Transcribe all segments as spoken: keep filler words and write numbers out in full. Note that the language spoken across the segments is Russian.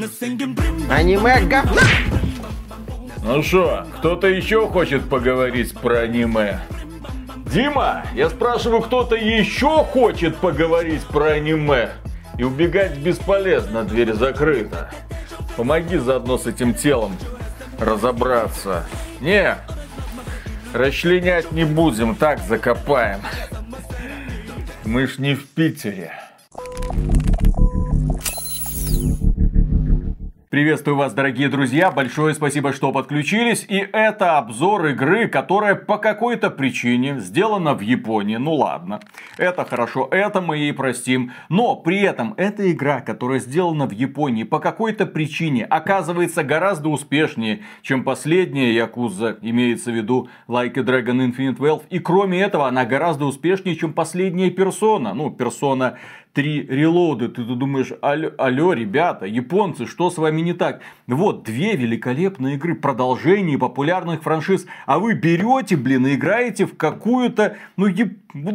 Аниме говно! Ну что, кто-то еще хочет поговорить про аниме? Дима, я спрашиваю, кто-то еще хочет поговорить про аниме? И убегать бесполезно, дверь закрыта. Помоги заодно с этим телом разобраться. Не, расчленять не будем, так закопаем. Мы ж не в Питере. Приветствую вас, дорогие друзья, большое спасибо, что подключились, и это обзор игры, которая по какой-то причине сделана в Японии, ну ладно, это хорошо, это мы ей простим, но при этом эта игра, которая сделана в Японии, по какой-то причине оказывается гораздо успешнее, чем последняя Якуза, имеется в виду Like a Dragon Infinite Wealth, и кроме этого она гораздо успешнее, чем последняя Persona, ну, Persona три Reloaded, ты думаешь, алло, алло, ребята, японцы, что с вами не так? Вот, две великолепные игры, продолжение популярных франшиз, а вы берете, блин, и играете в какую-то, ну, яп...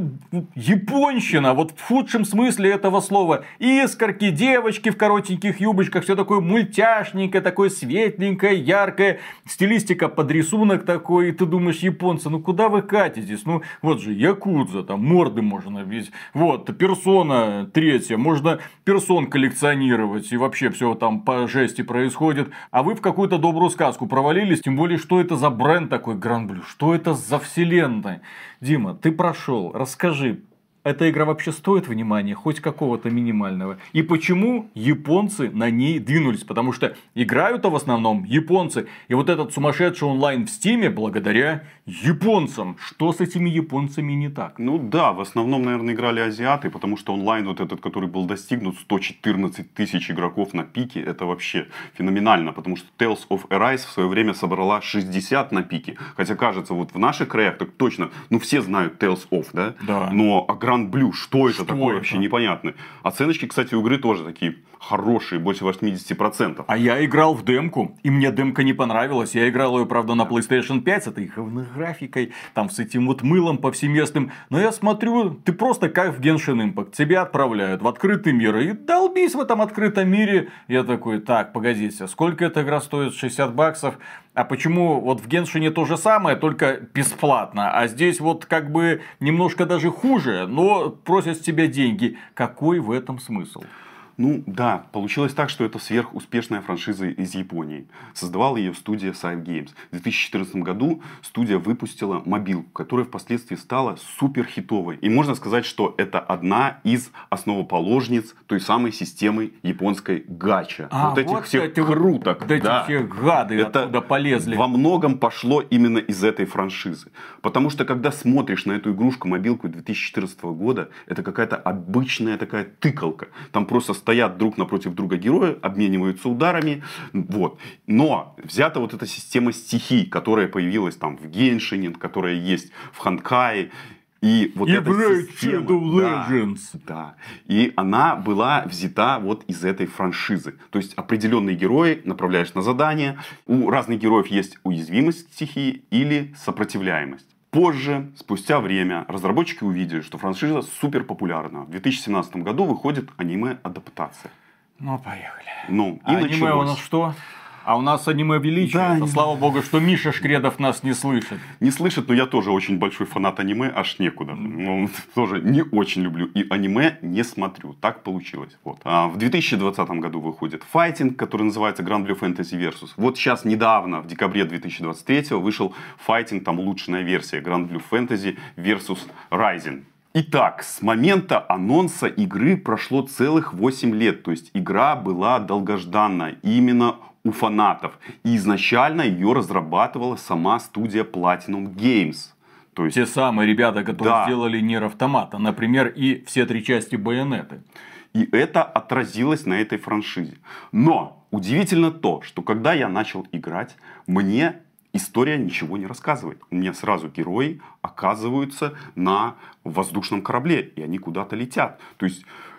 японщина, вот в худшем смысле этого слова. Искорки, девочки в коротеньких юбочках, все такое мультяшненькое, такое светленькое, яркое, стилистика под рисунок такой, и ты думаешь, японцы, ну куда вы катитесь? Ну, вот же, Якудза, там, морды можно видеть, вот, Persona третья, можно персон коллекционировать, и вообще все там по жести происходит, а вы в какую-то добрую сказку провалились, тем более, что это за бренд такой Гран-Блю, что это за вселенная? Дима, ты прошел, расскажи, эта игра вообще стоит внимания, хоть какого-то минимального? И почему японцы на ней двинулись? Потому что играют-то в основном японцы. И вот этот сумасшедший онлайн в Стиме благодаря японцам. Что с этими японцами не так? Ну да, в основном, наверное, играли азиаты, потому что онлайн вот этот, который был достигнут, сто четырнадцать тысяч игроков на пике, это вообще феноменально. Потому что Tales of Arise в свое время собрала шестьдесят на пике. Хотя кажется, вот в наших краях так точно, ну все знают Tales of, да? Да. Но Гран-Блю, что это что такое, это? вообще непонятно. Оценочки, кстати, у игры тоже такие хорошие, больше восемьдесят процентов. А я играл в демку, и мне демка не понравилась. Я играл ее, правда, на PlayStation пять с этой графикой, там с этим вот мылом повсеместным. Но я смотрю, ты просто как в Genshin Impact. Тебя отправляют в открытый мир. И долбись в этом открытом мире. Я такой, так, погодите, сколько эта игра стоит? шестьдесят баксов. А почему вот в Геншине то же самое, только бесплатно, а здесь вот как бы немножко даже хуже, но просят с тебя деньги. Какой в этом смысл? Ну да, получилось так, что это сверхуспешная франшиза из Японии. Создавала ее студия Side Games. В две тысячи четырнадцатом году студия выпустила мобилку, которая впоследствии стала супер хитовой. И можно сказать, что это одна из основоположниц той самой системы японской гача. А, вот этих вот всех эти круток. Вот эти да. все гады это оттуда полезли. Во многом пошло именно из этой франшизы. Потому что когда смотришь на эту игрушку, мобилку две тысячи четырнадцатого года, это какая-то обычная такая тыкалка. Там просто стоят друг напротив друга герои, обмениваются ударами. Вот. Но взята вот эта система стихий, которая появилась там в Геншине, которая есть в Ханкае. И вот эта система, Shadow Legends. Да, да. И она была взята вот из этой франшизы. То есть определенные герои направляешь на задание. У разных героев есть уязвимость стихии или сопротивляемость. Позже, спустя время, разработчики увидели, что франшиза супер популярна. В две тысячи семнадцатом году выходит аниме-адаптация. Ну, поехали. Ну, и а началось. аниме у нас что? А у нас аниме величие. Да, Слава богу, что Миша Шкредов нас не слышит. Не слышит, но я тоже очень большой фанат аниме, аж некуда. Ну, тоже не очень люблю. И аниме не смотрю. Так получилось. Вот. А в две тысячи двадцатом году выходит файтинг, который называется Grand Blue Fantasy Versus. Вот сейчас недавно, в декабре две тысячи двадцать третьего, вышел файтинг, там улучшенная версия Grand Blue Fantasy Versus Rising. Итак, с момента анонса игры прошло целых восемь лет. То есть игра была долгожданна именно у фанатов. И изначально ее разрабатывала сама студия Platinum Games. То есть... Те самые ребята, которые Да. сделали Нир Автомата, например, и все три части Байонеты. И это отразилось на этой франшизе. Но удивительно то, что когда я начал играть, мне история ничего не рассказывает. У меня сразу герои оказываются на воздушном корабле, и они куда-то летят. То есть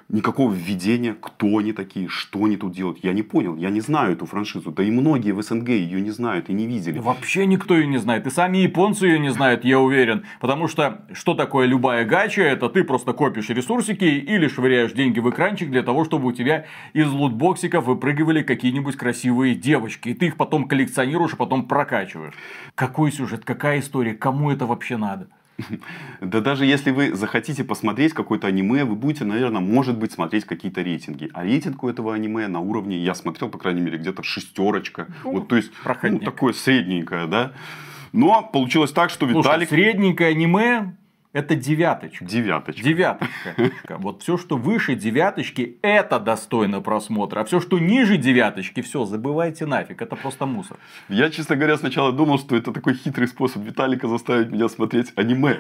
Никакого введения, кто они такие, что они тут делают. Я не понял, я не знаю эту франшизу. Да и многие в СНГ ее не знают и не видели. Вообще никто ее не знает. И сами японцы ее не знают, я уверен. Потому что, что такое любая гача? Это ты просто копишь ресурсики или швыряешь деньги в экранчик для того, чтобы у тебя из лутбоксиков выпрыгивали какие-нибудь красивые девочки. И ты их потом коллекционируешь, а потом прокачиваешь. Какой сюжет, какая история, кому это вообще надо? Да даже если вы захотите посмотреть какое-то аниме, вы будете, наверное, может быть, смотреть какие-то рейтинги. А рейтинг у этого аниме на уровне, я смотрел, по крайней мере, где-то шестерочка. Ну, вот, то есть, ну, такое средненькое, да. Но получилось так, что Виталик... Слушай, средненькое аниме... Это девяточка. Девяточка. Девяточка. Вот все, что выше девяточки, это достойно просмотра. А все, что ниже девяточки, все, забывайте нафиг. Это просто мусор. Я, честно говоря, сначала думал, что это такой хитрый способ Виталика заставить меня смотреть аниме.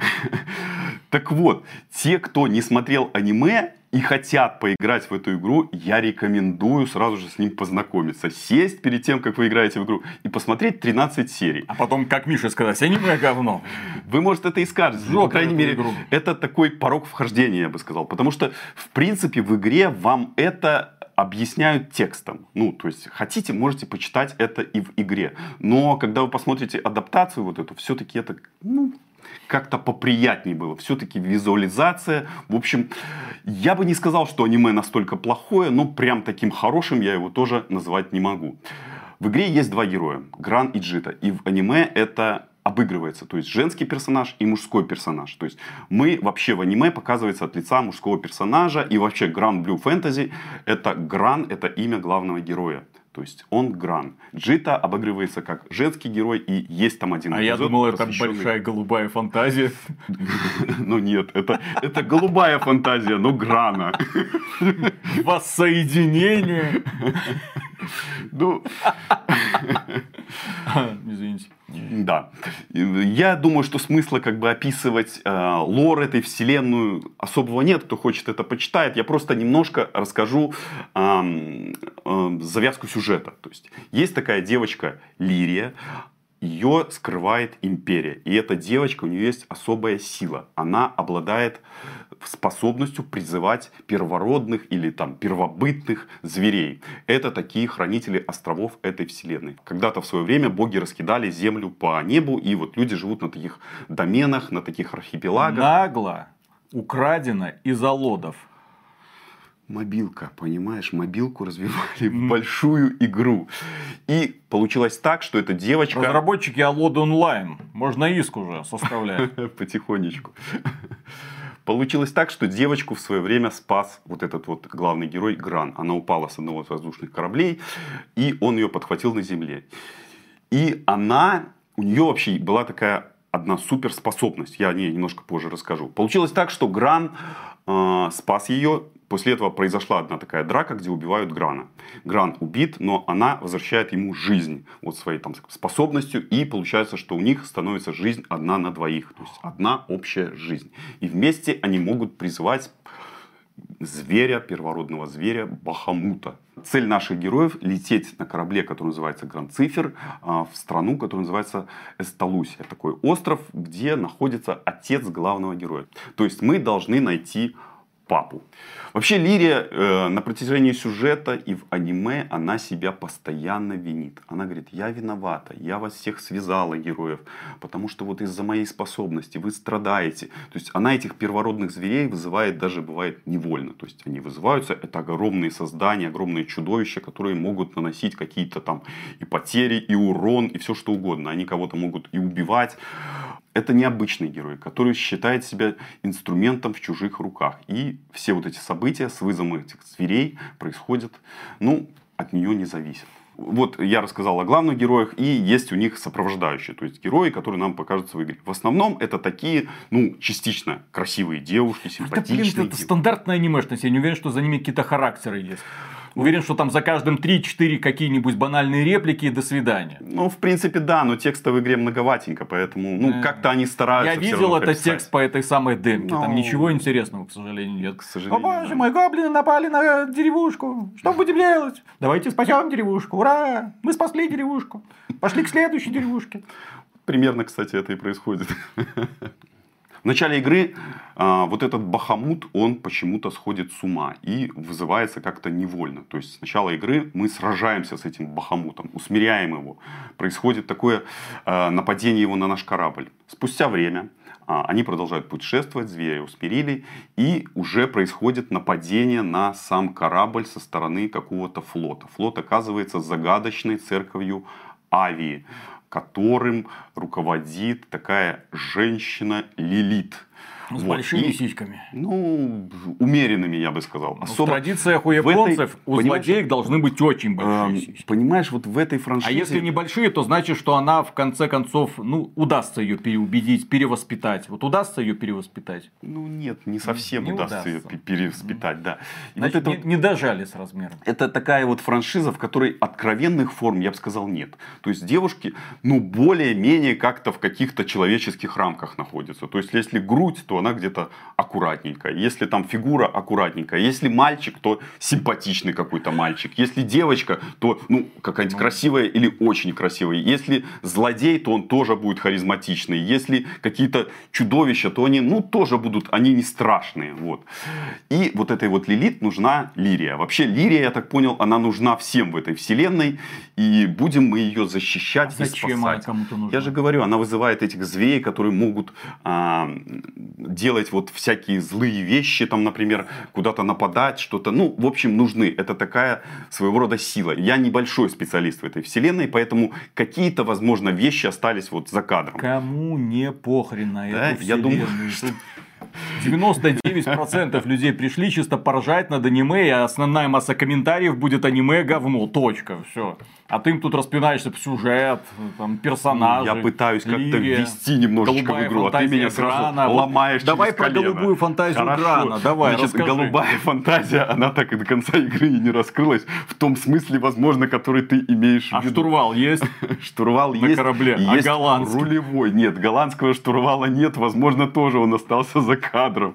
Так вот, те, кто не смотрел аниме и хотят поиграть в эту игру, я рекомендую сразу же с ним познакомиться. Сесть перед тем, как вы играете в игру, и посмотреть тринадцать серий. А потом, как Миша сказать, аниме говно. Вы, может, это и скажете. По крайней мере, игру. Это такой порог вхождения, я бы сказал. Потому что, в принципе, в игре вам это объясняют текстом. Ну, то есть, хотите, можете почитать это и в игре. Но, когда вы посмотрите адаптацию вот эту, все-таки это, ну... как-то поприятнее было. Все-таки визуализация. В общем, я бы не сказал, что аниме настолько плохое, но прям таким хорошим я его тоже назвать не могу. В игре есть два героя. Гран и Джита. И в аниме это обыгрывается. То есть, женский персонаж и мужской персонаж. То есть, мы вообще в аниме показывается от лица мужского персонажа. И вообще, Grand Blue Fantasy это Гран, это имя главного героя. То есть, он Гран. Джита обыгрывается как женский герой, и есть там один а эпизод. А я думал, это большая голубая фантазия. Ну нет, это голубая фантазия, но Грана. Воссоединение. Ну... Извините. Да. Я думаю, что смысла как бы описывать э, лор этой вселенную особого нет. Кто хочет, это почитает. Я просто немножко расскажу э, э, завязку сюжета. То есть, есть такая девочка Лирия. Ее скрывает империя. И эта девочка, у нее есть особая сила. Она обладает способностью призывать первородных или там первобытных зверей. Это такие хранители островов этой вселенной. Когда-то в свое время боги раскидали землю по небу. И вот люди живут на таких доменах, на таких архипелагах. Нагло украдено из алодов. Мобилка, понимаешь, мобилку развивали в большую игру. И получилось так, что эта девочка... Разработчики Алоды онлайн. Можно иск уже составлять. Потихонечку. Получилось так, что девочку в свое время спас вот этот вот главный герой Гран. Она упала с одного из воздушных кораблей, и он ее подхватил на земле. И она, у нее вообще была такая одна суперспособность. Я о ней немножко позже расскажу. Получилось так, что Гран э, спас ее. После этого произошла одна такая драка, где убивают Грана. Гран убит, но она возвращает ему жизнь вот своей там способностью. И получается, что у них становится жизнь одна на двоих. То есть, одна общая жизнь. И вместе они могут призывать зверя, первородного зверя Бахамута. Цель наших героев — лететь на корабле, который называется Гранд-Цифер, в страну, которая называется Эсталусия. Такой остров, где находится отец главного героя. То есть, мы должны найти папу. Вообще, Лирия э, на протяжении сюжета и в аниме, она себя постоянно винит. Она говорит: я виновата, я вас всех связала, героев, потому что вот из-за моей способности вы страдаете. То есть, она этих первородных зверей вызывает даже, бывает, невольно. То есть, они вызываются, это огромные создания, огромные чудовища, которые могут наносить какие-то там и потери, и урон, и все что угодно. Они кого-то могут и убивать. Это необычный герой, который считает себя инструментом в чужих руках. И все вот эти события с вызовом этих зверей происходят, ну, от нее не зависят. Вот я рассказал о главных героях, и есть у них сопровождающие, то есть герои, которые нам покажутся в игре. В основном это такие, ну, частично красивые девушки, симпатичные. Это, блин, это стандартная анимешность, я не уверен, что за ними какие-то характеры есть. Уверен, что там за каждым три-четыре какие-нибудь банальные реплики и до свидания. Ну, в принципе, да, но текста в игре многоватенько, поэтому, ну, как-то они стараются. Я видел этот текст по этой самой демке, но... там ничего интересного, к сожалению, нет. К сожалению, О боже да. мой, гоблины напали на деревушку, что будем делать? Давайте спасем деревушку, ура! Мы спасли деревушку, пошли к следующей деревушке. Примерно, кстати, это и происходит. В начале игры а, вот этот Бахамут, он почему-то сходит с ума и вызывается как-то невольно. То есть с начала игры мы сражаемся с этим Бахамутом, усмиряем его. Происходит такое а, нападение его на наш корабль. Спустя время а, они продолжают путешествовать, зверя усмирили, и уже происходит нападение на сам корабль со стороны какого-то флота. Флот оказывается загадочной церковью Авии, которым руководит такая женщина Лилит. С вот. большими и, сиськами. Ну, умеренными, я бы сказал. Особо в традициях у японцев этой, у злодеек должны быть очень большие э, сиськи. Понимаешь, вот в этой франшизе... А если небольшие, то значит, что она в конце концов, ну, удастся ее переубедить, перевоспитать. Вот удастся ее перевоспитать? Ну, нет, не совсем не удастся, удастся ее перевоспитать, да. И значит, вот это не, не дожали с размером. Это такая вот франшиза, в которой откровенных форм, я бы сказал, нет. То есть девушки, ну, более-менее как-то в каких-то человеческих рамках находятся. То есть если грудь, то она где-то аккуратненькая. Если там фигура, аккуратненькая. Если мальчик, то симпатичный какой-то мальчик. Если девочка, то ну, какая-нибудь ну. красивая или очень красивая. Если злодей, то он тоже будет харизматичный. Если какие-то чудовища, то они ну, тоже будут, они не страшные. Вот. И вот этой вот Лилит нужна Лирия. Вообще Лирия, я так понял, она нужна всем в этой вселенной. И будем мы ее защищать а и зачем спасать. Она кому-то нужна? Я же говорю, она вызывает этих зверей, которые могут а, делать вот всякие злые вещи, там, например, куда-то нападать, что-то. Ну, в общем, нужны. Это такая своего рода сила. Я небольшой специалист в этой вселенной, поэтому какие-то, возможно, вещи остались вот за кадром. Кому не похрен на да? эту Я вселенную? думаю, что... девяносто девять процентов людей пришли чисто поржать над аниме, и основная масса комментариев будет аниме говно. Точка. Все. А ты им тут распинаешься в сюжет, там, персонажи. Я пытаюсь как-то лирия, ввести немножечко в игру, а ты меня сразу Грана. ломаешь Давай через про колено. голубую фантазию Хорошо. Грана. Давай, Значит, расскажи. голубая фантазия, она так и до конца игры и не раскрылась. В том смысле, возможно, который ты имеешь а в виду. А штурвал есть? Штурвал на есть. корабле. Есть а голландский? Рулевой. Нет, голландского штурвала нет. Возможно, тоже он остался за кадром.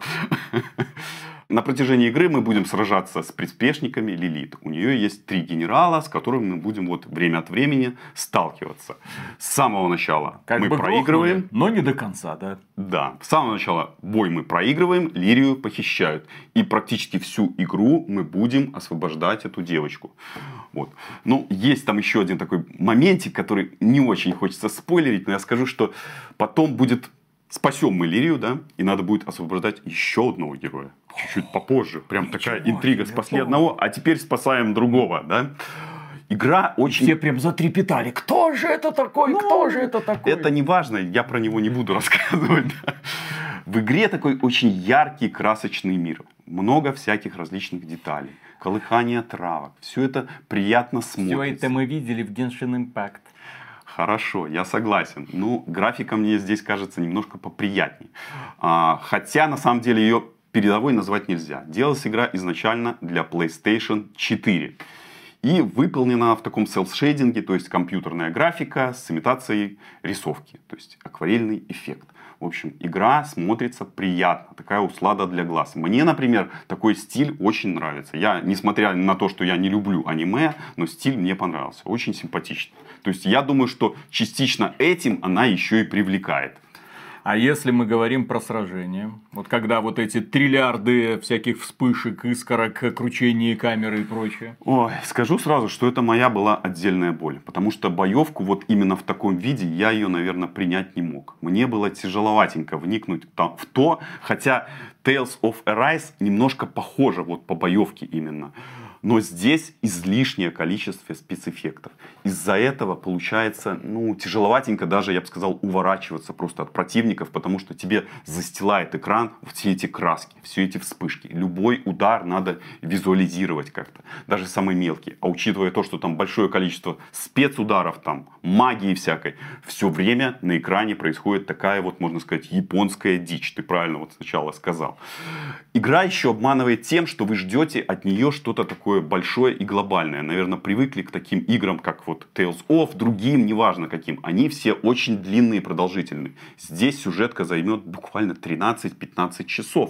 На протяжении игры мы будем сражаться с приспешниками Лилит. У нее есть три генерала, с которыми мы будем вот время от времени сталкиваться. С самого начала как мы бы проигрываем. Грохнули, но не до конца, да? Да. С самого начала бой мы проигрываем, Лирию похищают. И практически всю игру мы будем освобождать эту девочку. Вот. Ну, есть там еще один такой моментик, который не очень хочется спойлерить, но я скажу, что потом будет... Спасем мы Лирию, да, и надо будет освобождать еще одного героя. Чуть-чуть попозже. Прям Ничего, такая интрига. Спасли готово. одного, а теперь спасаем другого, да. Игра очень... Все прям затрепетали. Кто же это такой? Ну, Кто же это такой? Это не важно, я про него не буду рассказывать. Да. В игре такой очень яркий, красочный мир. Много всяких различных деталей. Колыхание травок. Все это приятно смотрится. Все это мы видели в Genshin Impact. Хорошо, я согласен. Ну, графика мне здесь кажется немножко поприятней. А, хотя, на самом деле, ее передовой назвать нельзя. Делалась игра изначально для PlayStation четыре. И выполнена в таком селф-шейдинге, то есть компьютерная графика с имитацией рисовки. То есть акварельный эффект. В общем, игра смотрится приятно. Такая услада для глаз. Мне, например, такой стиль очень нравится. Я, несмотря на то, что я не люблю аниме, но стиль мне понравился. Очень симпатичный. То есть, я думаю, что частично этим она еще и привлекает. А если мы говорим про сражения, вот когда вот эти триллиарды всяких вспышек, искорок, кручения камеры и прочее. Ой, скажу сразу, что это моя была отдельная боль. Потому что боевку вот именно в таком виде я ее, наверное, принять не мог. Мне было тяжеловатенько вникнуть там, в то, хотя Tales of Arise немножко похожа вот по боевке именно. Но здесь излишнее количество спецэффектов. Из-за этого получается, ну, тяжеловатенько даже, я бы сказал, уворачиваться просто от противников, потому что тебе застилает экран все эти краски, все эти вспышки. Любой удар надо визуализировать как-то, даже самый мелкий. А учитывая то, что там большое количество спецударов, там, магии всякой, все время на экране происходит такая вот, можно сказать, японская дичь. Ты правильно вот сначала сказал. Игра еще обманывает тем, что вы ждете от нее что-то такое большое и глобальное. Наверное, привыкли к таким играм, как вот Tales of, другим, неважно каким. Они все очень длинные и продолжительные. Здесь сюжетка займет буквально тринадцать-пятнадцать часов.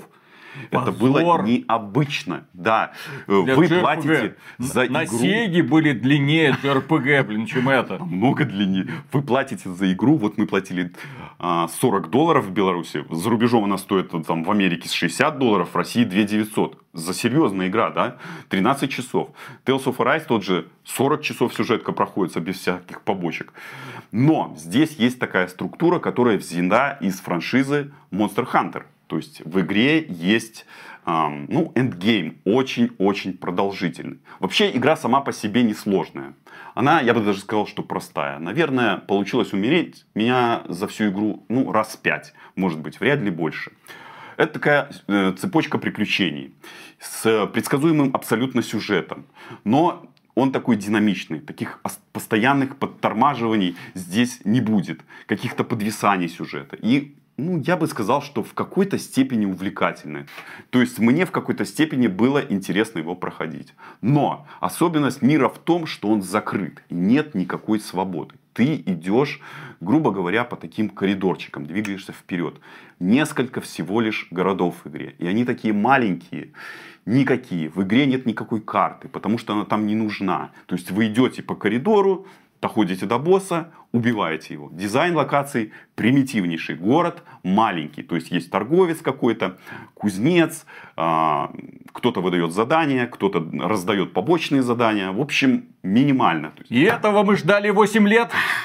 Позор. Это было необычно. Да. Для Вы джей ар пи джи. платите за На игру... Сеге были длиннее джей ар пи джи, блин, чем это. Много длиннее. Вы платите за игру, вот мы платили а, сорок долларов в Беларуси, за рубежом она стоит там, в Америке шестьдесят долларов, в России две тысячи девятьсот. За серьезная игра, да? тринадцать часов. Tales of Arise тот же сорок часов сюжетка проходится без всяких побочек. Но здесь есть такая структура, которая взята из франшизы Monster Hunter. То есть в игре есть эм, ну, эндгейм очень-очень продолжительный. Вообще игра сама по себе несложная. Она, я бы даже сказал, что простая. Наверное, получилось умереть меня за всю игру ну, раз пять, может быть, вряд ли больше. Это такая э, цепочка приключений с предсказуемым абсолютно сюжетом. Но он такой динамичный. Таких постоянных подтормаживаний здесь не будет. Каких-то подвисаний сюжета. И ну, я бы сказал, что в какой-то степени увлекательный. То есть мне в какой-то степени было интересно его проходить. Но особенность мира в том, что он закрыт. И нет никакой свободы. Ты идешь, грубо говоря, по таким коридорчикам, двигаешься вперед. Несколько всего лишь городов в игре. И они такие маленькие, никакие. В игре нет никакой карты, потому что она там не нужна. То есть вы идете по коридору, доходите до босса, убиваете его. Дизайн локаций примитивнейший. Город маленький. То есть есть торговец какой-то, кузнец, кто-то выдает задания, кто-то раздает побочные задания. В общем, минимально. И этого мы ждали восемь лет.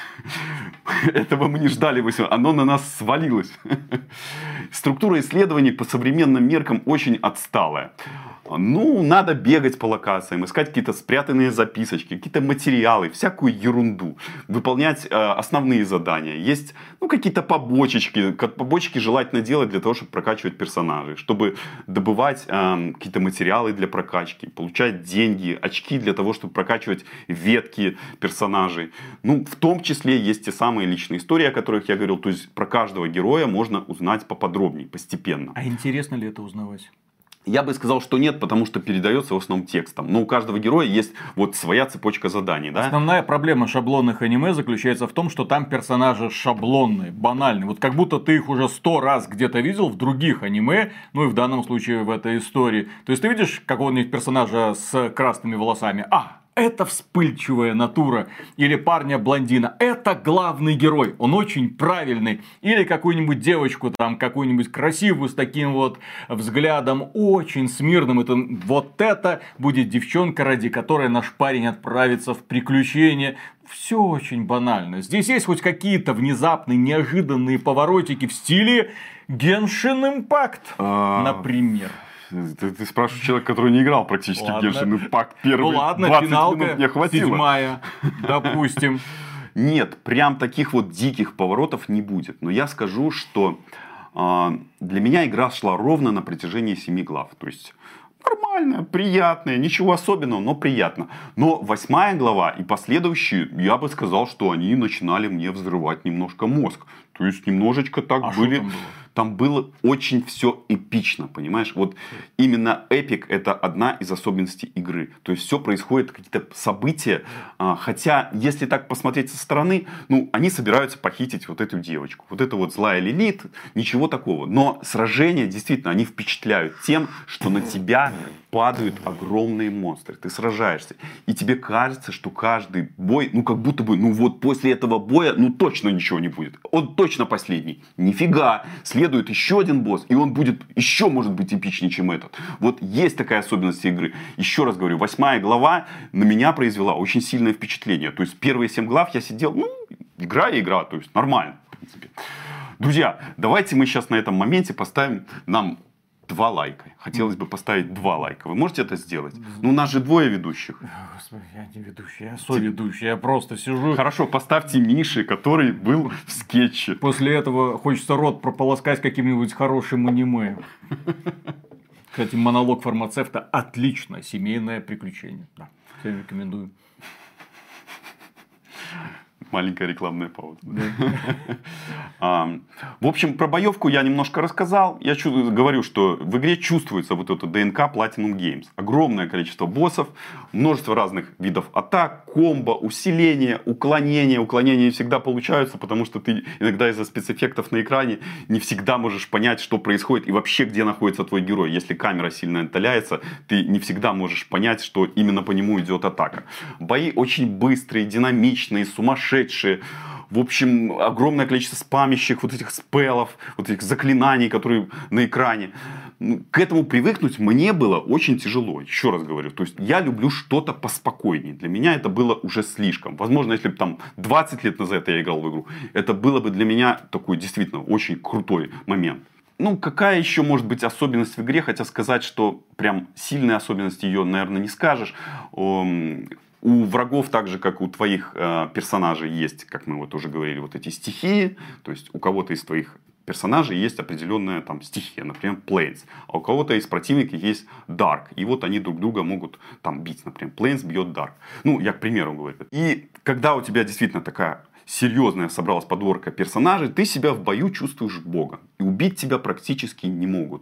Этого мы не ждали восемь лет. Оно на нас свалилось. Структура исследований по современным меркам очень отсталая. Ну, надо бегать по локациям, искать какие-то спрятанные записочки, какие-то материалы, всякую ерунду. Выполнять э, основные задания. Есть ну, какие-то побочечки. Побочки желательно делать для того, чтобы прокачивать персонажей. Чтобы добывать э, какие-то материалы для прокачки. Получать деньги, очки для того, чтобы прокачивать ветки персонажей. Ну, в том числе есть те самые личные истории, о которых я говорил. То есть про каждого героя можно узнать поподробнее, постепенно. А интересно ли это узнавать? Я бы сказал, что нет, потому что передается в основном текстом. Но у каждого героя есть вот своя цепочка заданий. Да? Основная проблема шаблонных аниме заключается в том, что там персонажи шаблонные, банальные. Вот как будто ты их уже сто раз где-то видел в других аниме, ну и в данном случае в этой истории. То есть ты видишь какого-нибудь персонажа с красными волосами, а, это вспыльчивая натура. Или парня-блондина. Это главный герой. Он очень правильный. Или какую-нибудь девочку, там, какую-нибудь красивую с таким вот взглядом. Очень смирным. Это, вот это будет девчонка, ради которой наш парень отправится в приключения. Все очень банально. Здесь есть хоть какие-то внезапные, неожиданные поворотики в стиле Genshin Impact, например. Ты, ты спрашиваешь человека, который не играл практически в Genshin Impact. Первые ну ладно, двадцать финалка минут не хватило. Седьмая, допустим. Нет, прям таких вот диких поворотов не будет. Но я скажу, что э, для меня игра шла ровно на протяжении семи глав. То есть нормально, приятная, ничего особенного, но приятно. Но восьмая глава и последующие, я бы сказал, что они начинали мне взрывать немножко мозг. То есть немножечко так а были... Там было? Там было очень все эпично, понимаешь? Вот именно эпик — это одна из особенностей игры. То есть все происходит, какие-то события. Хотя, если так посмотреть со стороны, ну, они собираются похитить вот эту девочку. Вот это вот злая Лилит, ничего такого. Но сражения, действительно, они впечатляют тем, что на тебя падают огромные монстры. Ты сражаешься. И тебе кажется, что каждый бой, ну, как будто бы, ну, вот после этого боя, ну, точно ничего не будет. Он точно последний. Нифига. Следует еще один босс, и он будет еще, может быть, эпичнее, чем этот. Вот есть такая особенность игры. Еще раз говорю, восьмая глава на меня произвела очень сильное впечатление. То есть первые семь глав я сидел, ну, игра и игра, то есть нормально, в принципе. Друзья, давайте мы сейчас на этом моменте поставим нам два лайка. Хотелось бы поставить два лайка. Вы можете это сделать? Ну, у нас же двое ведущих. Господи, я не ведущий, я соведущий. Я просто сижу. Хорошо, поставьте Мише, который был в скетче. После этого хочется рот прополоскать каким-нибудь хорошим аниме. Кстати, монолог фармацевта отлично. Семейное приключение. Да, всем рекомендую. Маленькая рекламная пауза. В общем, про боевку я немножко рассказал. Я говорю, что в игре чувствуется вот это ДНК Platinum Games. Огромное количество боссов, множество разных видов атак, комбо, усиления, уклонения. Уклонения не всегда получаются, потому что ты иногда из-за спецэффектов на экране не всегда можешь понять, что происходит и вообще где находится твой герой. Если камера сильно отдаляется, ты не всегда можешь понять, что именно по нему идет атака. Бои очень быстрые, динамичные, сумасшедшие. В общем, огромное количество спамящих вот этих спеллов, вот этих заклинаний, которые на экране. К этому привыкнуть мне было очень тяжело. Еще раз говорю, то есть я люблю что-то поспокойнее. Для меня это было уже слишком. Возможно, если бы там двадцать лет назад я играл в игру, это было бы для меня такой действительно очень крутой момент. Ну, какая еще может быть особенность в игре? Хотя сказать, что прям сильная особенность ее, наверное, не скажешь. У врагов, так же, как у твоих э, персонажей, есть, как мы вот уже говорили, вот эти стихии. То есть, у кого-то из твоих персонажей есть определенная там стихия, например, Plains. А у кого-то из противников есть Dark. И вот они друг друга могут там бить. Например, Plains бьет Dark. Ну, я к примеру говорю. И когда у тебя действительно такая серьезная собралась подборка персонажей, ты себя в бою чувствуешь богом. И убить тебя практически не могут.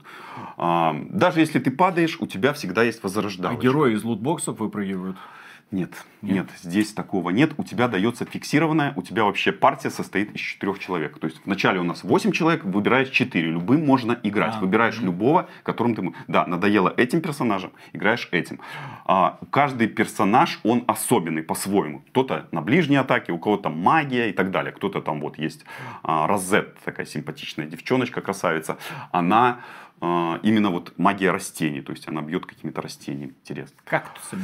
А, даже если ты падаешь, у тебя всегда есть возрождалочка. А герои из лутбоксов выпрыгивают? Нет, нет, нет, здесь такого нет. У тебя дается фиксированная, у тебя вообще партия состоит из четырех человек. То есть вначале у нас восемь человек, выбираешь четыре. Любым можно играть. А, Выбираешь угу. любого, которым ты... Да, надоело этим персонажем, играешь этим. А, каждый персонаж, он особенный по-своему. Кто-то на ближней атаке, у кого-то магия и так далее. Кто-то там вот есть а, Розет, такая симпатичная девчоночка, красавица. Она а, именно вот магия растений. То есть она бьет какими-то растениями. Интересно. Кактусами.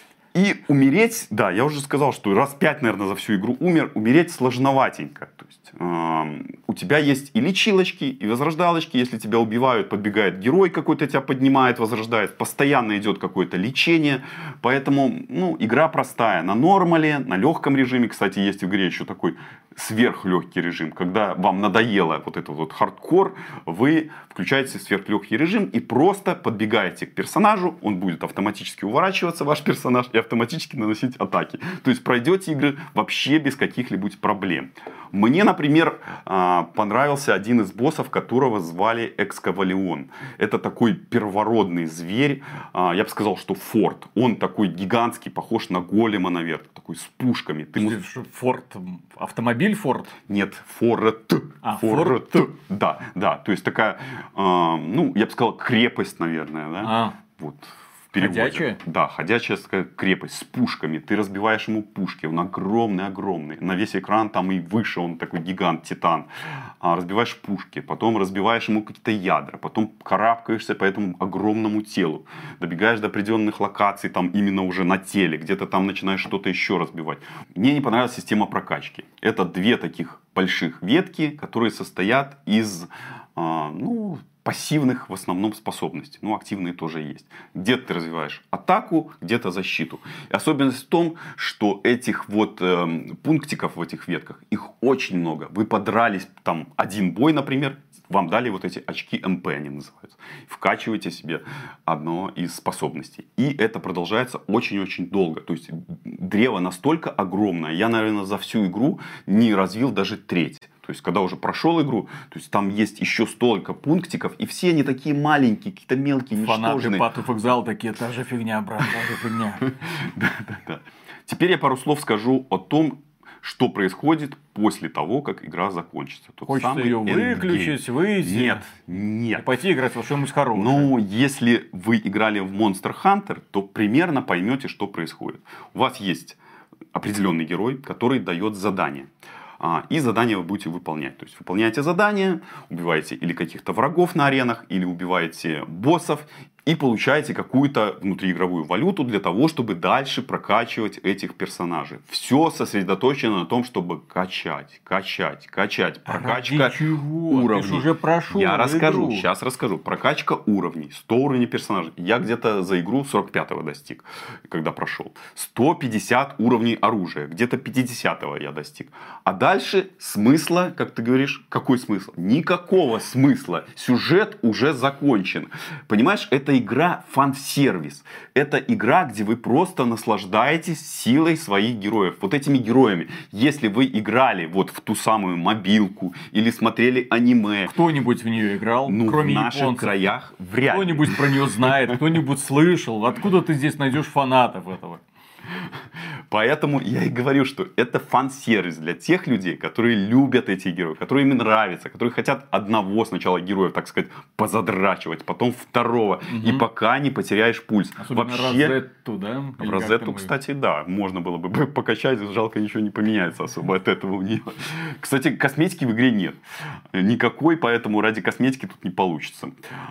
И умереть, да, я уже сказал, что раз пять, наверное, за всю игру умер, умереть сложноватенько. То есть э, у тебя есть и лечилочки, и возрождалочки. Если тебя убивают, подбегает герой какой-то, тебя поднимает, возрождает. Постоянно идет какое-то лечение. Поэтому, ну, игра простая. На нормале, на легком режиме. Кстати, есть в игре еще такой сверхлегкий режим. Когда вам надоело вот этот вот хардкор, вы включаете сверхлегкий режим и просто подбегаете к персонажу. Он будет автоматически уворачиваться, ваш персонаж, и автоматически наносить атаки. То есть пройдете игры вообще без каких-либо проблем. Мне, например, понравился один из боссов, которого звали Экскавалион. Это такой первородный зверь. Я бы сказал, что форт. Он такой гигантский, похож на голема, наверное. Такой с пушками. Ты ему... Форт, автомобиль Форд? Нет, Форт. А, Форт. Да, да. То есть такая, ну, я бы сказал, крепость, наверное. Да? А. Вот. Ходячая? Да, ходячая крепость с пушками. Ты разбиваешь ему пушки. Он огромный-огромный. На весь экран там и выше он такой гигант, титан. А, разбиваешь пушки. Потом разбиваешь ему какие-то ядра. Потом карабкаешься по этому огромному телу. Добегаешь до определенных локаций. Там именно уже на теле. Где-то там начинаешь что-то еще разбивать. Мне не понравилась система прокачки. Это две таких больших ветки, которые состоят из... А, ну... пассивных в основном способностей. Ну, активные тоже есть. Где-то ты развиваешь атаку, где-то защиту. И особенность в том, что этих вот э, пунктиков в этих ветках, их очень много. Вы подрались там один бой, например, вам дали вот эти очки эм пэ, они называются. Вкачиваете себе одно из способностей. И это продолжается очень-очень долго. То есть древо настолько огромное. Я, наверное, за всю игру не развил даже треть. То есть, когда уже прошел игру, то есть там есть еще столько пунктиков, и все они такие маленькие, какие-то мелкие, ничтожные. Фанаты Path of Exile такие, та же фигня, брат, та же фигня. Да, да, да. Теперь я пару слов скажу о том, что происходит после того, как игра закончится. Тот Хочется ее выключить, выйти. Нет, нет. И пойти играть во что-нибудь хорошее. Ну, если вы играли в Monster Hunter, то примерно поймете, что происходит. У вас есть определенный герой, который дает задание. И задание вы будете выполнять. То есть выполняете задание, убиваете или каких-то врагов на аренах, или убиваете боссов. И получаете какую-то внутриигровую валюту для того, чтобы дальше прокачивать этих персонажей. Все сосредоточено на том, чтобы качать, качать, качать. Прокачка Ради чего? уровней. Ты же уже прошел Я расскажу, игру. сейчас расскажу. Прокачка уровней, сто уровней персонажей. Я где-то за игру сорок пятого достиг, когда прошел. сто пятьдесят уровней оружия, где-то пятидесятого я достиг. А дальше смысла, как ты говоришь, какой смысл? Никакого смысла. Сюжет уже закончен. Понимаешь, это Это игра фан-сервис. Это игра, где вы просто наслаждаетесь силой своих героев. Вот этими героями. Если вы играли вот в ту самую мобилку или смотрели аниме. Кто-нибудь в нее играл, ну, кроме в наших японцев? краях вряд ли. Кто-нибудь про нее знает, кто-нибудь слышал. Откуда ты здесь найдешь фанатов этого? Поэтому я и говорю, что это фан-сервис для тех людей, которые любят эти герои, которые им нравятся, которые хотят одного сначала героя, так сказать, позадрачивать, потом второго, угу. и пока не потеряешь пульс. Особенно Вообще, Розетту, да? Или Розетту, кстати, да, можно было бы покачать, жалко, ничего не поменяется особо от этого у нее. Кстати, косметики в игре нет. Никакой, поэтому ради косметики тут не получится.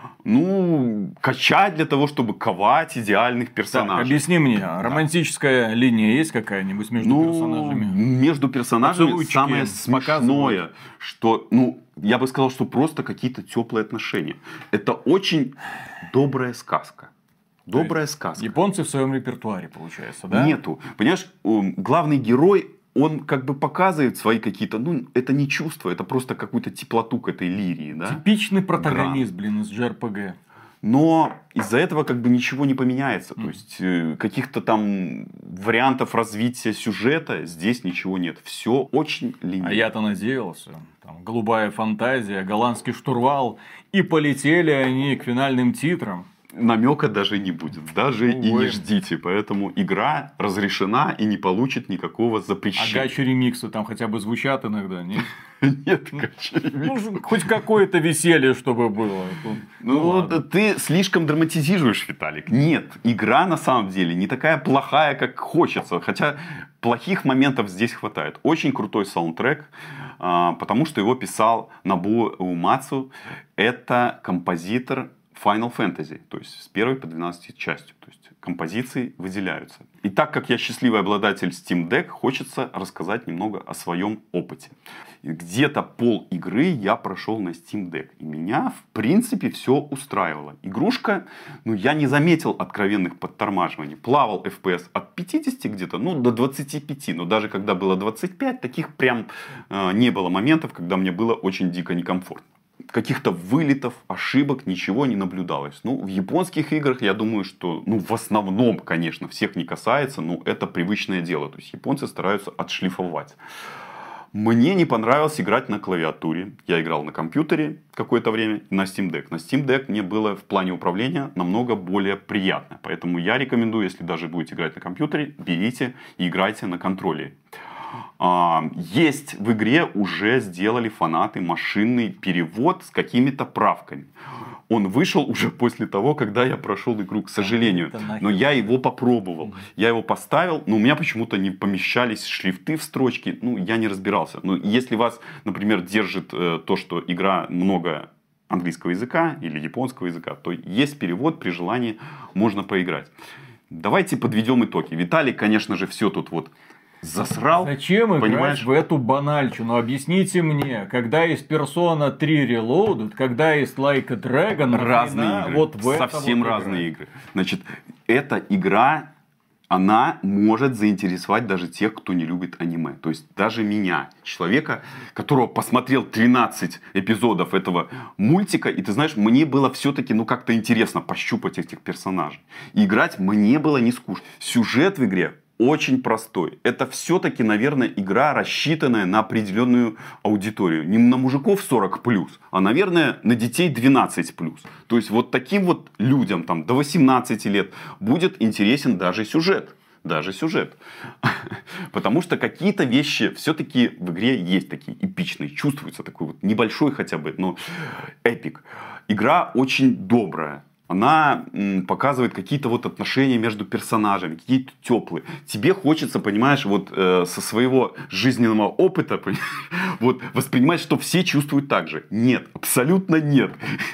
Ну, качать для того, чтобы ковать идеальных персонажей. Так, объясни мне, романтическая линия есть какая-нибудь между ну, персонажами? Между персонажами Поцелуйчики самое смешное, что, ну, я бы сказал, что просто какие-то теплые отношения. Это очень добрая сказка. Добрая сказка. Японцы в своем репертуаре, получается, да? Нету. Понимаешь, главный герой, он как бы показывает свои какие-то, ну, это не чувства, это просто какую-то теплоту к этой лирии, да? Типичный протагонист, Гран. блин, из джей ар пи джи. Но из-за этого как бы ничего не поменяется. Mm. То есть, э, каких-то там вариантов развития сюжета здесь ничего нет. Все очень линейно. А я-то надеялся. Там, голубая фантазия, голландский штурвал. И полетели они к финальным титрам. Намека даже не будет. Даже Увы. и не ждите. Поэтому игра разрешена и не получит никакого запрещения. А гачи-ремиксы там хотя бы звучат иногда, нет? Нет гачи-ремиксов. Ну, хоть какое-то веселье, чтобы было. Ну, ты слишком драматизируешь, Виталик. Нет, игра на самом деле не такая плохая, как хочется. Хотя плохих моментов здесь хватает. Очень крутой саундтрек, потому что его писал Нобуо Уэмацу. Это композитор Final Fantasy, то есть с первой по двенадцатой частью. То есть композиции выделяются. И так как я счастливый обладатель Steam Deck, хочется рассказать немного о своем опыте. Где-то пол игры я прошел на Steam Deck. И меня, в принципе, все устраивало. Игрушка, ну, я не заметил откровенных подтормаживаний. Плавал эф пи эс от пятидесяти где-то, ну, до двадцати пяти. Но даже когда было двадцать пять, таких прям э, не было моментов, когда мне было очень дико некомфортно. Каких-то вылетов, ошибок, ничего не наблюдалось. Ну, в японских играх, я думаю, что, ну, в основном, конечно, всех не касается, но это привычное дело. То есть, японцы стараются отшлифовать. Мне не понравилось играть на клавиатуре. Я играл на компьютере какое-то время и на Steam Deck. На Steam Deck мне было в плане управления намного более приятно. Поэтому я рекомендую, если даже будете играть на компьютере, берите и играйте на контроллере. Есть в игре, уже сделали фанаты машинный перевод с какими-то правками. Он вышел уже после того, когда я прошел игру, к сожалению. Но я его попробовал. Я его поставил, но у меня почему-то не помещались шрифты в строчки. Ну, я не разбирался. Но если вас, например, держит э, то, что игра много английского языка или японского языка, то есть перевод, при желании можно поиграть. Давайте подведем итоги. Виталий, конечно же, все тут вот засрал. Зачем понимаешь? играть в эту банальщину? Объясните мне, когда есть Persona три Reloaded, когда есть Like a Dragon, разные игры. Вот в Совсем вот разные игры. Значит, эта игра, она может заинтересовать даже тех, кто не любит аниме. То есть даже меня, человека, которого посмотрел тринадцать эпизодов этого мультика. И ты знаешь, мне было все-таки, ну, как-то интересно пощупать этих персонажей. И играть мне было не скучно. Сюжет в игре очень простой. Это все-таки, наверное, игра, рассчитанная на определенную аудиторию. Не на мужиков сорок плюс, а, наверное, на детей двенадцать плюс. То есть, вот таким вот людям там, до восемнадцати лет будет интересен даже сюжет. Даже сюжет. Потому что какие-то вещи все-таки в игре есть такие эпичные. Чувствуется такой вот небольшой хотя бы, но эпик. Игра очень добрая. Она м, показывает какие-то вот отношения между персонажами, какие-то теплые. Тебе хочется, понимаешь, вот э, со своего жизненного опыта вот, воспринимать, что все чувствуют так же. Нет, абсолютно нет.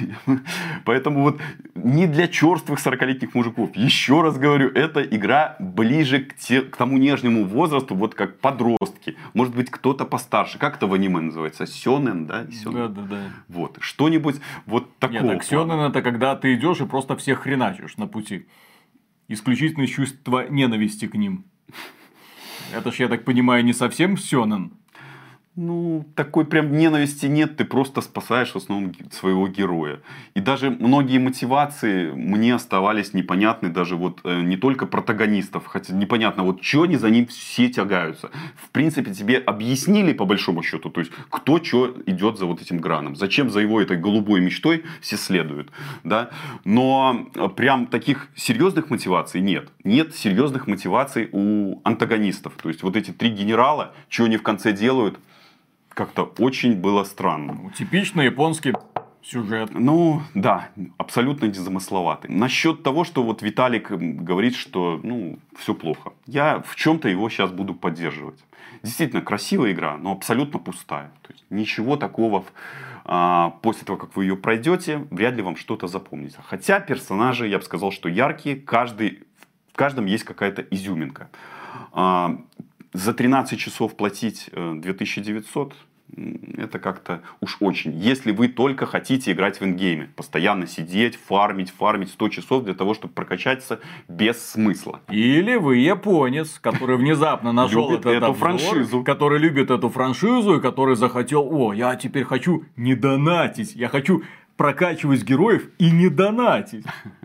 Поэтому вот не для черствых сорокалетних мужиков. Еще раз говорю, эта игра ближе к, те, к тому нежному возрасту, вот как подростки. Может быть, кто-то постарше. Как это в аниме называется? Сёнэн, да? Сёнэн. Да, да, да. Вот. Что-нибудь вот такого. Нет, так сёнэн это когда ты идешь и просто всех хреначишь на пути. Исключительно чувство ненависти к ним. Это ж, я так понимаю, не совсем сёнэн. Ну, такой прям ненависти нет, ты просто спасаешь в основном своего героя. И даже многие мотивации мне оставались непонятны, даже вот э, не только протагонистов, хотя непонятно, вот что они за ним все тягаются. В принципе, тебе объяснили по большому счету, то есть, кто что идет за вот этим Граном, зачем за его этой голубой мечтой все следуют, да. Но прям таких серьезных мотиваций нет. Нет серьезных мотиваций у антагонистов. То есть, вот эти три генерала, что они в конце делают, как-то очень было странно. Ну, типичный японский сюжет. Ну, да, абсолютно незамысловатый. Насчет того, что вот Виталик говорит, что, ну, все плохо. Я в чем-то его сейчас буду поддерживать. Действительно, красивая игра, но абсолютно пустая. То есть, ничего такого а, после того, как вы ее пройдете, вряд ли вам что-то запомнится. Хотя персонажи, я бы сказал, что яркие, каждый, в каждом есть какая-то изюминка. А, За тринадцать часов платить две тысячи девятьсот, это как-то уж очень. Если вы только хотите играть в ингейме, постоянно сидеть, фармить, фармить сто часов для того, чтобы прокачаться без смысла. Или вы японец, который внезапно нашел Любит этот эту обзор, франшизу. который любит эту франшизу и который захотел, о, я теперь хочу не донатить, я хочу прокачивать героев и не донатить.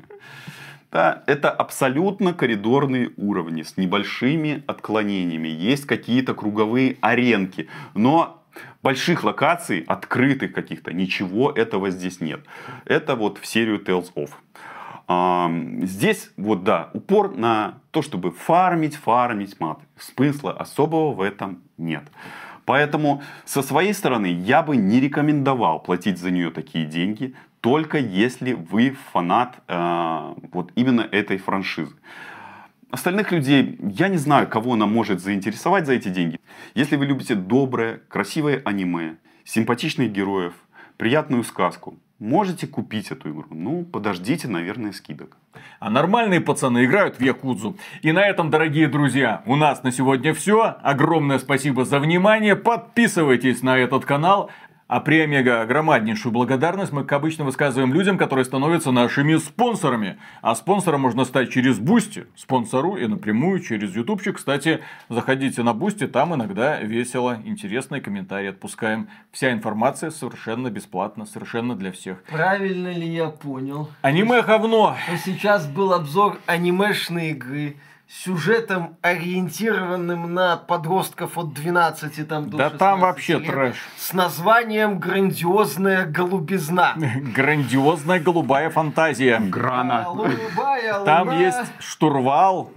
Да, это абсолютно коридорные уровни с небольшими отклонениями. Есть какие-то круговые аренки. Но больших локаций, открытых каких-то, ничего этого здесь нет. Это вот в серию Tales of. А, здесь вот да, упор на то, чтобы фармить, фармить мат. Смысла особого в этом нет. Поэтому со своей стороны я бы не рекомендовал платить за нее такие деньги, только если вы фанат э, вот именно этой франшизы. Остальных людей, я не знаю, кого она может заинтересовать за эти деньги. Если вы любите доброе, красивое аниме, симпатичных героев, приятную сказку, можете купить эту игру. Ну, подождите, наверное, скидок. А нормальные пацаны играют в Якудзу. И на этом, дорогие друзья, у нас на сегодня все. Огромное спасибо за внимание. Подписывайтесь на этот канал. А премега громаднейшую благодарность мы, как обычно, высказываем людям, которые становятся нашими спонсорами. А спонсором можно стать через Бусти, спонсору, и напрямую через Ютубчик. Кстати, заходите на Бусти, там иногда весело, интересные комментарии отпускаем. Вся информация совершенно бесплатна, совершенно для всех. Правильно ли я понял? Аниме говно. Сейчас был обзор анимешной игры с сюжетом, ориентированным на подростков от двенадцати там, до Да шестнадцати там вообще лет, трэш. с названием «Грандиозная голубизна». Грандиозная голубая фантазия. Грана. Голубая Там луна. есть штурвал,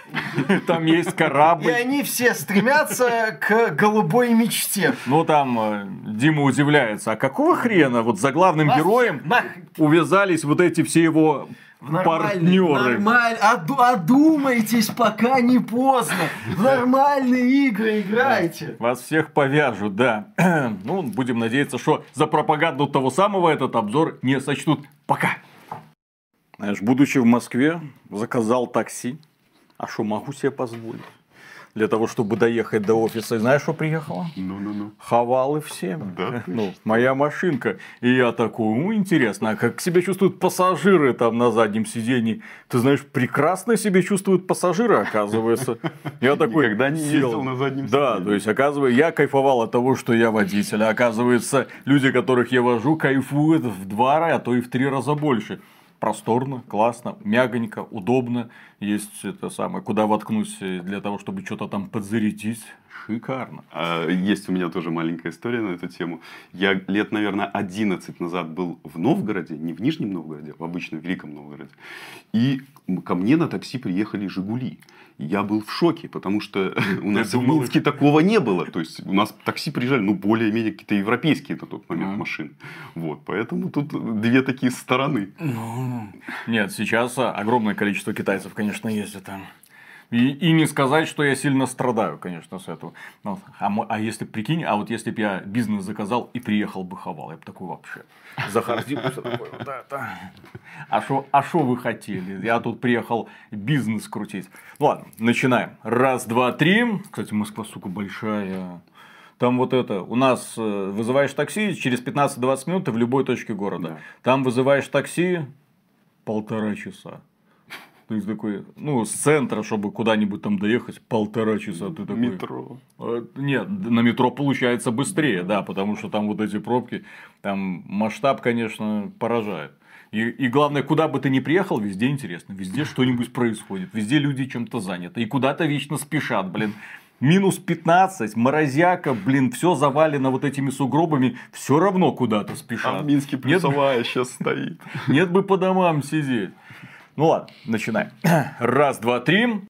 там есть И корабль. они все стремятся к голубой мечте. Ну там э, Дима удивляется, а какого хрена вот за главным Вас героем нахрен. увязались вот эти все его партнеры? Нормально. Оду- одумайтесь, пока не поздно. В нормальные игры играйте. Вас всех повяжут, да. Ну, будем надеяться, что за пропаганду того самого этот обзор не сочтут. Пока. Знаешь, будучи в Москве, заказал такси. А что могу себе позволить? Для того, чтобы доехать до офиса. И знаешь, что приехало? Ну-ну-ну. Хавалы всем. Да? Ну, моя машинка. И я такой, ну, интересно, а как себя чувствуют пассажиры там на заднем сидении? Ты знаешь, прекрасно себя чувствуют пассажиры, оказывается. Я такой, Никогда не сел. ездил на заднем Да, сиденье. то есть, оказывается, я кайфовал от того, что я водитель. А оказывается, люди, которых я вожу, кайфуют в два, а то и в три раза больше. Просторно, классно, мягонько, удобно. Есть это самое, куда воткнуть для того, чтобы что-то там подзарядить. Шикарно. А, Есть у меня тоже маленькая история на эту тему. Я лет, наверное, одиннадцать назад был в Новгороде, не в Нижнем Новгороде, а в обычном Великом Новгороде. И ко мне на такси приехали «Жигули». Я был в шоке, потому что у нас в думал, Минске такого не было. То есть, у нас такси приезжали, ну, более-менее какие-то европейские на тот момент Мгм. машины. Вот, поэтому тут две такие стороны. Нет, сейчас огромное количество китайцев, конечно, ездят там. И, и не сказать, что я сильно страдаю, конечно, с этого. Ну, а, мо- а если прикинь, а вот если бы я бизнес заказал и приехал бы хавал, я бы такой вообще захардился такой вот это. А что а шо вы хотели? Я тут приехал бизнес крутить. Ну ладно, начинаем. Раз, два, три. Кстати, Москва, сука, большая. Там вот это, у нас э, вызываешь такси, через пятнадцать-двадцать минут ты в любой точке города. Да. Там вызываешь такси полтора часа. То есть такой, ну, с центра, чтобы куда-нибудь там доехать, полтора часа ты такой. Метро. Нет, на метро получается быстрее, да, потому что там вот эти пробки, там масштаб, конечно, поражает. И, и главное, куда бы ты ни приехал, везде интересно, везде что-нибудь происходит, везде люди чем-то заняты, и куда-то вечно спешат, блин. Минус пятнадцать, морозяка, блин, все завалено вот этими сугробами, все равно куда-то спешат. А в Минске плюсовая Нет... сейчас стоит. Нет бы по домам сидеть. Ну ладно, начинаем. Раз, два, три.